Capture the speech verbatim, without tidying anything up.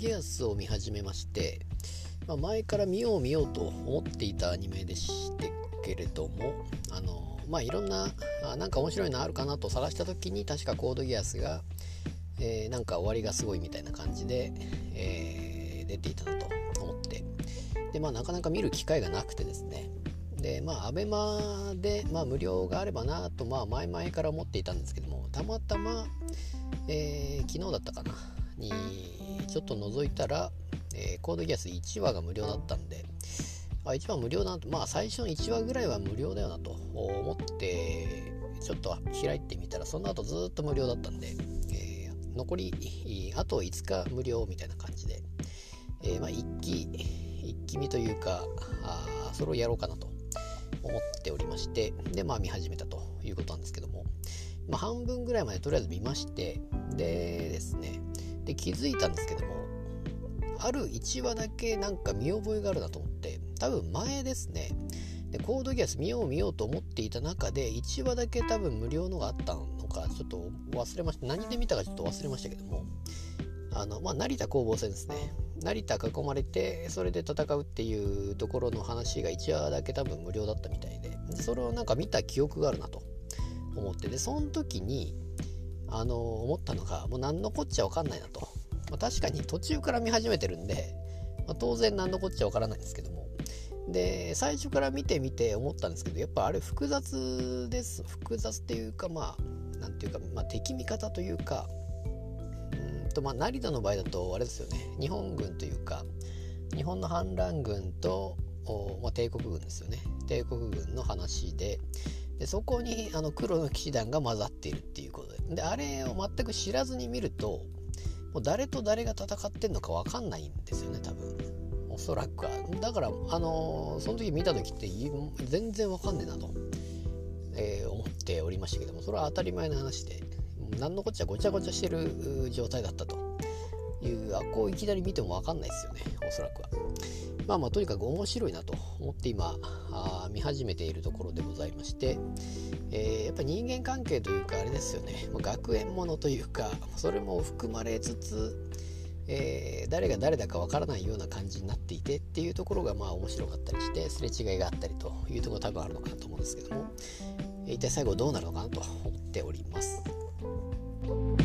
ギアスを見始めまして、まあ、前から見よう見ようと思っていたアニメでしたけれども、あのまあいろんなあなんか面白いのあるかなと探した時に、確かコードギアスが、えー、なんか終わりがすごいみたいな感じで、えー、出ていたなと思って、でまあなかなか見る機会がなくてですね、でまあアベマで、まあ、無料があればなと、まあ、前々から思っていたんですけども、たまたま、えー、昨日だったかなにちょっと覗いたら、えー、コードギアスいちわが無料だったんで、あいちわ無料だなと、まあ最初のいちわぐらいは無料だよなと思ってちょっと開いてみたら、その後ずっと無料だったんで、えー、残りあといつか無料みたいな感じで、えー、まあ一気一気見というか、あそれをやろうかなと思っておりまして、でまあ見始めたということなんですけども、まあ、半分ぐらいまでとりあえず見まして、でですねで気づいたんですけども、あるいちわだけなんか見覚えがあるなと思って、多分前ですねでコードギアス見よう見ようと思っていた中でいちわだけ多分無料のがあったのかちょっと忘れました。何で見たかちょっと忘れましたけども、あの、まあ、成田攻防戦ですね。成田囲まれてそれで戦うっていうところの話がいちわだけ多分無料だったみたいで、それをなんか見た記憶があるなと思って、でその時にあの思ったのが、もう何のこっちゃ分かんないなと、まあ、確かに途中から見始めてるんで、まあ、当然何のこっちゃ分からないんですけども、で最初から見てみて思ったんですけど、やっぱあれ複雑です。複雑っていうか、まあなんていうか、まあ、敵味方というか、とまあ成田の場合だとあれですよね、日本軍というか日本の反乱軍と、まあ、帝国軍ですよね。帝国軍の話で、でそこにあの黒の騎士団が混ざっているっていうことで、であれを全く知らずに見ると、もう誰と誰が戦ってんのか分かんないんですよね、多分おそらくは。だからあのー、その時見た時って全然分かんねえなと、えー、思っておりましたけども、それは当たり前の話で、何のこっちゃごちゃごちゃしてる状態だったという、あこういきなり見ても分かんないですよね、おそらくは。まあまあとにかく面白いなと思って今あ見始めているところでございまして、えー、やっぱり人間関係というかあれですよね、学園ものというかそれも含まれつつ、えー、誰が誰だか分からないような感じになっていてっていうところがまあ面白かったりして、すれ違いがあったりというところが多分あるのかなと思うんですけども、一体最後どうなるのかなと思っております。